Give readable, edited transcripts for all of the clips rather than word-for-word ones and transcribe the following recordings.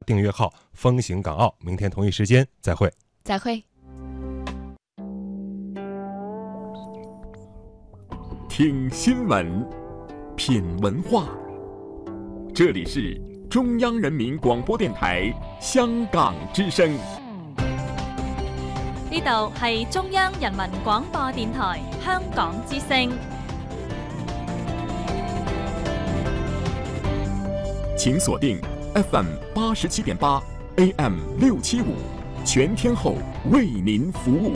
订阅号风行港澳。明天同一时间再会。 再会。 听新闻，品文化，这里是中央人民广播電台香港之聲。 呢度係中央人民廣播電台香港之聲。 請鎖定 FM 87.8 AM 675，全天候為您服務。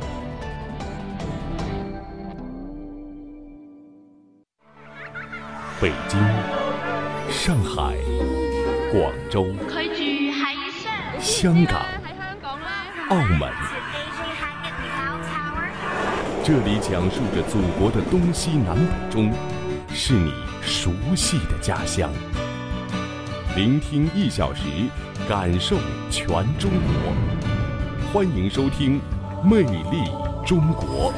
北京、上海、廣州、香港、澳門，這裡講述着祖國的東西南北中，是你熟悉的家鄉。聆聽1小時，感受全中國。歡迎收聽《魅力中國》。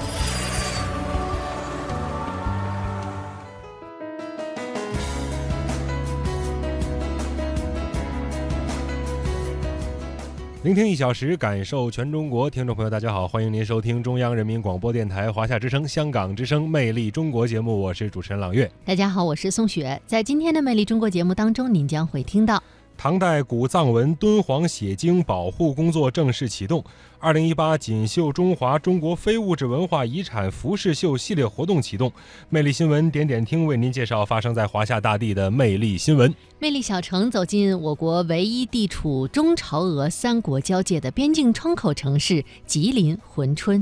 聆听1小时，感受全中国。听众朋友大家好，欢迎您收听中央人民广播电台华夏之声、香港之声魅力中国节目，我是主持人朗月。 大家好，我是宋雪。在今天的魅力中国节目当中，您将会听到唐代古藏文敦煌写经保护工作正式启动，2018锦绣中华中国非物质文化遗产服饰秀系列活动启动。魅力新闻点点听为您介绍发生在华夏大地的魅力新闻。 魅力小城走进我国唯一地处中朝俄3国交界的边境窗口城市吉林珲春。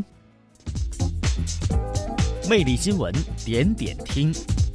魅力新闻点点听。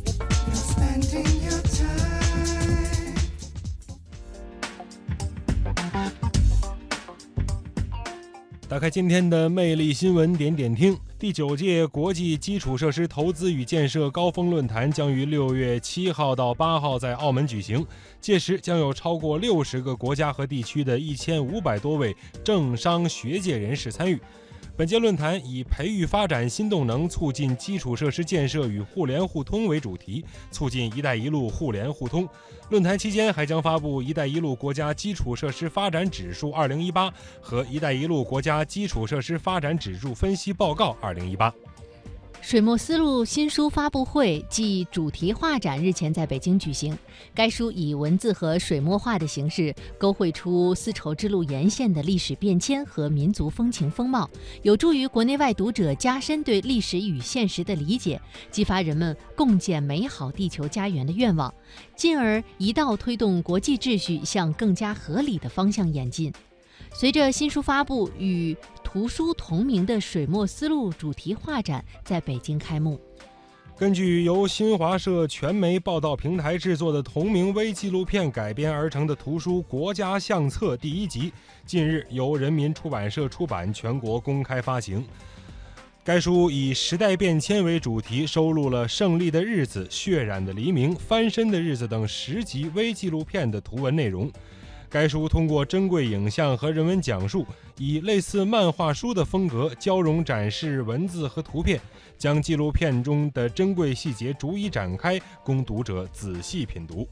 打开今天的魅力新闻点点听。第9届国际基础设施投资与建设高峰论坛将于6月7号到8号在澳门举行，届时将有超过60个国家和地区的1500多位政商学界人士参与。本届论坛以培育发展新动能，促进基础设施建设与互联互通为主题，促进“一带一路”互联互通。论坛期间还将发布“一带一路”国家基础设施发展指数2018和“一带一路”国家基础设施发展指数分析报告2018。 水墨丝路新书发布会暨主题画展日前在北京举行。该书以文字和水墨画的形式，勾绘出丝绸之路沿线的历史变迁和民族风情风貌，有助于国内外读者加深对历史与现实的理解，激发人们共建美好地球家园的愿望，进而一道推动国际秩序向更加合理的方向演进。随着新书发布，与图书同名的水墨丝路主题画展在北京开幕。 根据由新华社全媒报道平台制作的同名微纪录片改编而成的图书《国家相册》第1集，近日由人民出版社出版，全国公开发行。该书以时代变迁为主题，收录了《胜利的日子》《血染的黎明》《翻身的日子》等10集微纪录片的图文内容。该书通过珍贵影像和人文讲述，以类似漫画书的风格交融展示文字和图片，将纪录片中的珍贵细节逐一展开，供读者仔细品读。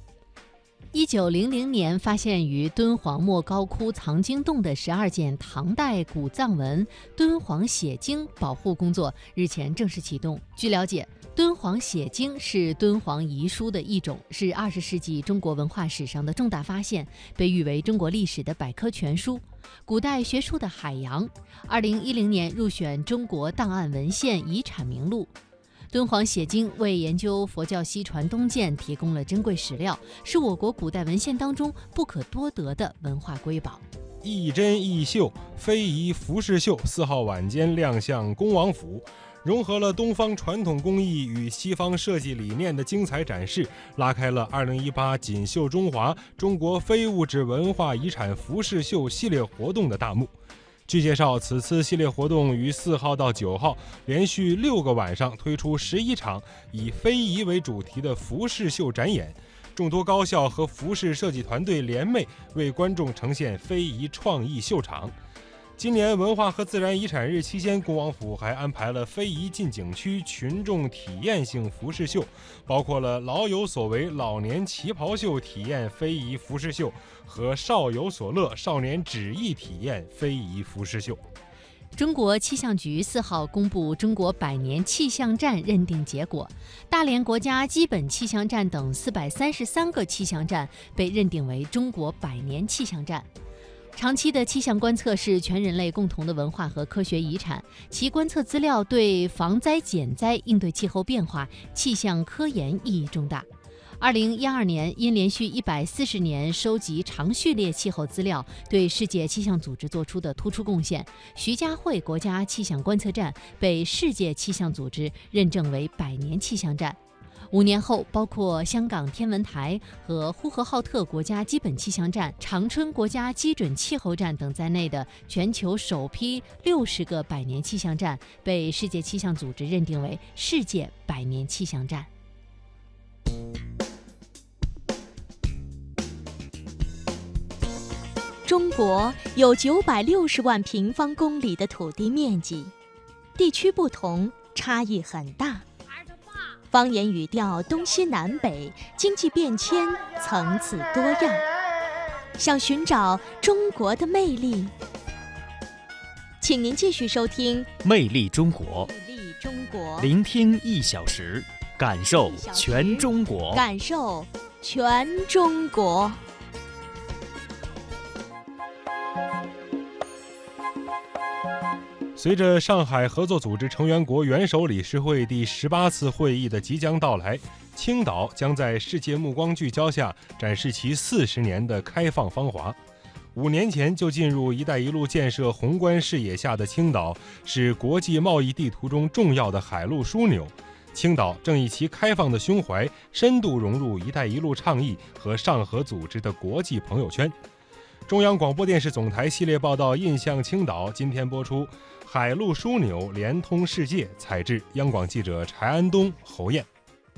1900年发现于敦煌莫高窟藏经洞的12件唐代古藏文敦煌写经保护工作日前正式启动。据了解，敦煌写经是敦煌遗书的一种，是20世纪中国文化史上的重大发现，被誉为中国历史的百科全书，古代学术的海洋。2010年入选中国档案文献遗产名录。敦煌写经为研究佛教西传东渐提供了珍贵史料，是我国古代文献当中不可多得的文化瑰宝。 一针一绣非遗服饰秀4号晚间亮相恭王府，融合了东方传统工艺与西方设计理念的精彩展示，拉开了2018锦绣中华中国非物质文化遗产服饰秀系列活动的大幕。据介绍，此次系列活动于4号到9号连续6个晚上推出11场以非遗为主题的服饰秀展演，众多高校和服饰设计团队联袂为观众呈现非遗创意秀场。 今年文化和自然遗产日期间，恭王府还安排了非遗进景区群众体验性服饰秀，包括了老有所为老年旗袍秀体验非遗服饰秀和少有所乐少年纸艺体验非遗服饰秀。 中国气象局4号公布中国百年气象站认定结果，大连国家基本气象站等433个气象站被认定为中国百年气象站。长期的气象观测是全人类共同的文化和科学遗产，其观测资料对防灾减灾、应对气候变化、气象科研意义重大。2012年，因连续140年收集长序列气候资料，对世界气象组织做出的突出贡献，徐家汇国家气象观测站被世界气象组织认证为百年气象站。5年后，包括香港天文台和呼和浩特国家基本气象站、长春国家基准气候站等在内的全球首批60个百年气象站被世界气象组织认定为世界百年气象站。 中国有960万平方公里的土地面积，地区不同，差异很大。方言语调东西南北，经济变迁层次多样。想寻找中国的魅力，请您继续收听《 魅力中国》， 魅力中国， 聆听1小时，感受全中国， 感受全中国。 随着上海合作组织成员国元首理事会第18次会议的即将到来，青岛将在世界目光聚焦下展示其40年的开放芳华。5年前就进入“一带一路”建设宏观视野下的青岛，是国际贸易地图中重要的海陆枢纽。青岛正以其开放的胸怀，深度融入“一带一路”倡议和上合组织的国际朋友圈。中央广播电视总台系列报道《印象青岛》今天播出，海陆枢纽连通世界，采制央广记者柴安东、侯艳。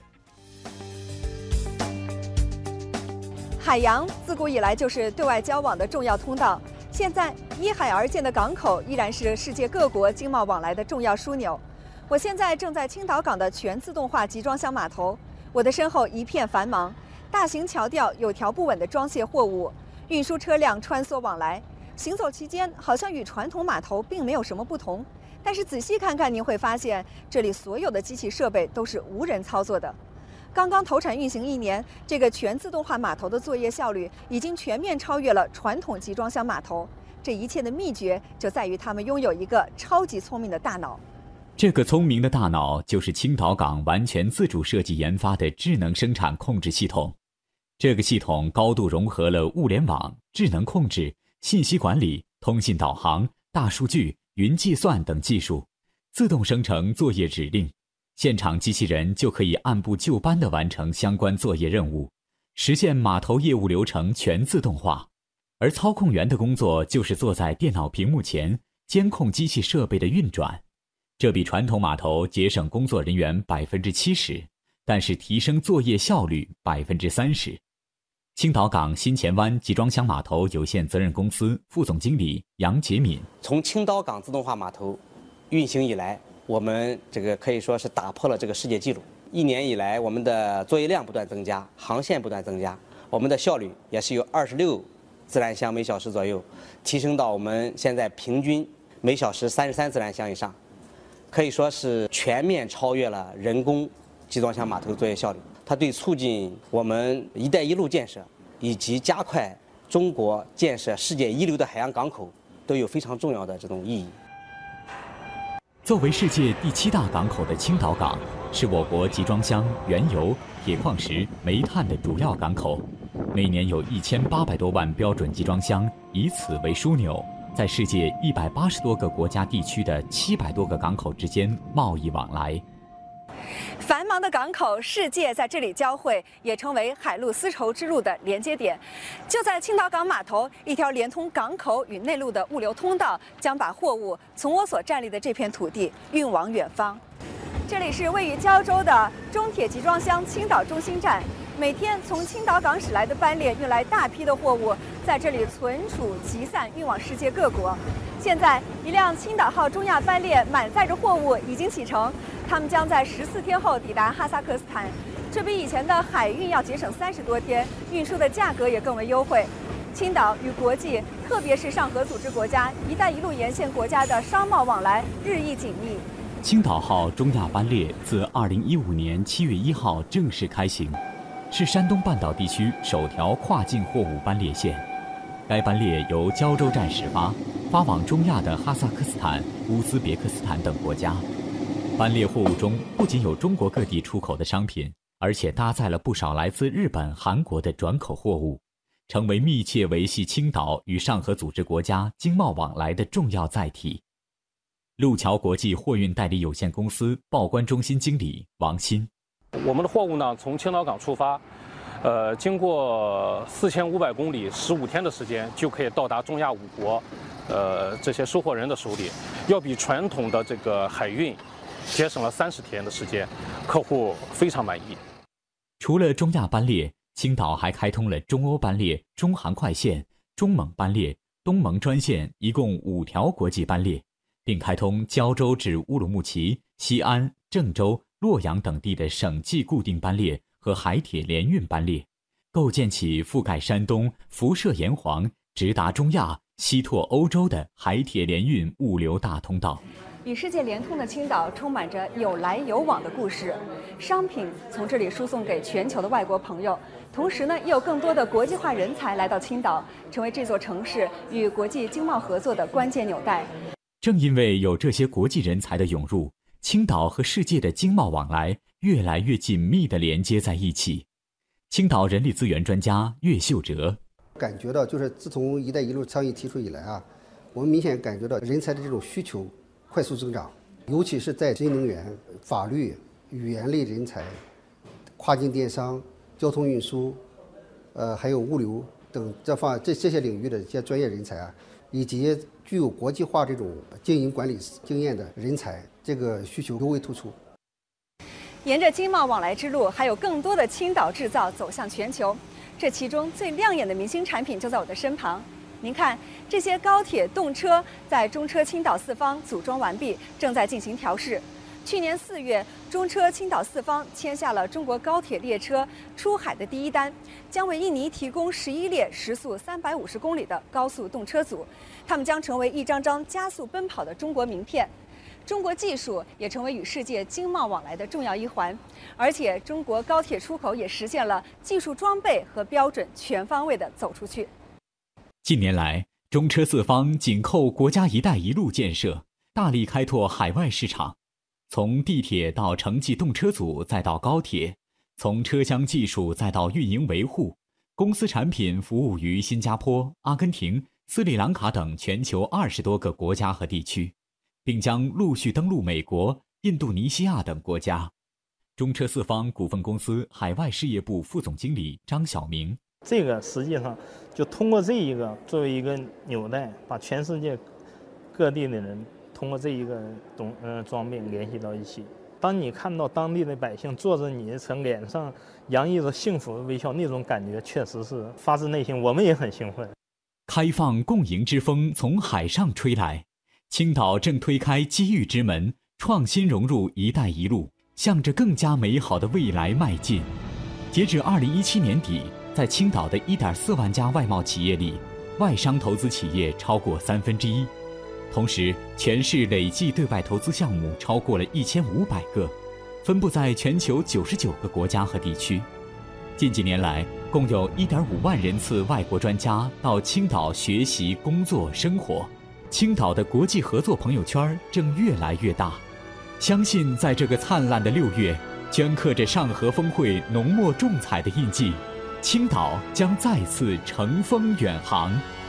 海洋自古以来就是对外交往的重要通道，现在依海而建的港口依然是世界各国经贸往来的重要枢纽。我现在正在青岛港的全自动化集装箱码头，我的身后一片繁忙，大型桥吊有条不紊地装卸货物，运输车辆穿梭往来。行走期间，好像与传统码头并没有什么不同，但是仔细看看，您会发现这里所有的机器设备都是无人操作的。刚刚投产运行1年，这个全自动化码头的作业效率已经全面超越了传统集装箱码头。这一切的秘诀就在于他们拥有一个超级聪明的大脑。 这个聪明的大脑就是青岛港完全自主设计研发的智能生产控制系统。这个系统高度融合了物联网、智能控制、信息管理、通信导航、大数据、云计算等技术，自动生成作业指令，现场机器人就可以按部就班地完成相关作业任务，实现码头业务流程全自动化。而操控员的工作就是坐在电脑屏幕前，监控机器设备的运转。这比传统码头节省工作人员70%，但是提升作业效率30%。青岛港新前湾集装箱码头有限责任公司副总经理杨杰敏： 从青岛港自动化码头运行以来，我们这个可以说是打破了这个世界纪录。1年以来，我们的作业量不断增加，航线不断增加，我们的效率也是由26自然箱每小时左右，提升到我们现在平均每小时33自然箱以上，可以说是全面超越了人工集装箱码头作业效率。它对促进我们“一带一路”建设以及加快中国建设世界一流的海洋港口都有非常重要的这种意义。 作为世界第7大港口的青岛港，是我国集装箱、原油、铁矿石、煤炭的主要港口，每年有1800多万标准集装箱以此为枢纽，在世界180多个国家地区的700多个港口之间贸易往来。 繁忙的港口，世界在这里交汇，也成为海陆丝绸之路的连接点。就在青岛港码头，一条连通港口与内陆的物流通道，将把货物从我所站立的这片土地运往远方。这里是位于胶州的中铁集装箱青岛中心站， 每天从青岛港驶来的班列运来大批的货物，在这里存储集散，运往世界各国。现在，一辆青岛号中亚班列满载着货物已经启程，他们将在14天后抵达哈萨克斯坦。这比以前的海运要节省30多天，运输的价格也更为优惠。青岛与国际，特别是上合组织国家、“一带一路”沿线国家的商贸往来日益紧密。 青岛号中亚班列自2015年7月1号正式开行，是山东半岛地区首条跨境货物班列线。该班列由胶州站始发，发往中亚的哈萨克斯坦、乌兹别克斯坦等国家。班列货物中不仅有中国各地出口的商品，而且搭载了不少来自日本、韩国的转口货物，成为密切维系青岛与上合组织国家经贸往来的重要载体。路桥国际货运代理有限公司报关中心经理王鑫： 我们的货物呢，从青岛港出发，经过4500公里，15天的时间就可以到达中亚5国，这些收货人的手里，要比传统的这个海运节省了30天的时间，客户非常满意。 除了中亚班列，青岛还开通了中欧班列、中韩快线、中蒙班列、东蒙专线，一共5条国际班列，并开通胶州至乌鲁木齐、西安、郑州、洛阳等地的省际固定班列和海铁联运班列，构建起覆盖山东、辐射炎黄、直达中亚、西拓欧洲的海铁联运物流大通道。 与世界连通的青岛充满着有来有往的故事，商品从这里输送给全球的外国朋友，同时呢，也有更多的国际化人才来到青岛，成为这座城市与国际经贸合作的关键纽带。 正因为有这些国际人才的涌入，青岛和世界的经贸往来越来越紧密地连接在一起。青岛人力资源专家岳秀哲感觉到，就是自从“一带一路”倡议提出以来啊，我们明显感觉到人才的这种需求快速增长，尤其是在新能源、法律、语言类人才、跨境电商、交通运输，还有物流等这些领域的一些专业人才啊，以及具有国际化这种经营管理经验的人才，这个需求尤为突出。 沿着经贸往来之路，还有更多的青岛制造走向全球。这其中最亮眼的明星产品就在我的身旁。您看，这些高铁动车在中车青岛四方组装完毕，正在进行调试。去年4月，中车青岛四方签下了中国高铁列车出海的第一单，将为印尼提供11列时速350公里的高速动车组，它们将成为一张张加速奔跑的中国名片。中国技术也成为与世界经贸往来的重要一环，而且中国高铁出口也实现了技术装备和标准全方位的走出去。 近年来，中车四方紧扣国家“一带一路”建设，大力开拓海外市场。从地铁到城际动车组，再到高铁；从车厢技术再到运营维护，公司产品服务于新加坡、阿根廷、斯里兰卡等全球20多个国家和地区，并将陆续登陆美国、印度尼西亚等国家。中车四方股份公司海外事业部副总经理张晓明： 这个实际上就通过这一个作为一个纽带，把全世界各地的人通过这一个装备联系到一起。当你看到当地的百姓坐着你的车，脸上洋溢着幸福的微笑，那种感觉确实是发自内心，我们也很兴奋。 开放共赢之风从海上吹来，青岛正推开机遇之门，创新融入“一带一路”，向着更加美好的未来迈进。截至2017年底，在青岛的1.4万家外贸企业里，外商投资企业超过1/3。同时，全市累计对外投资项目超过了1500个，分布在全球99个国家和地区。近几年来，共有1.5万人次外国专家到青岛学习、工作、生活。青岛的国际合作朋友圈正越来越大。相信在这个灿烂的6月，镌刻着上合峰会浓墨重彩的印记，青岛将再次乘风远航。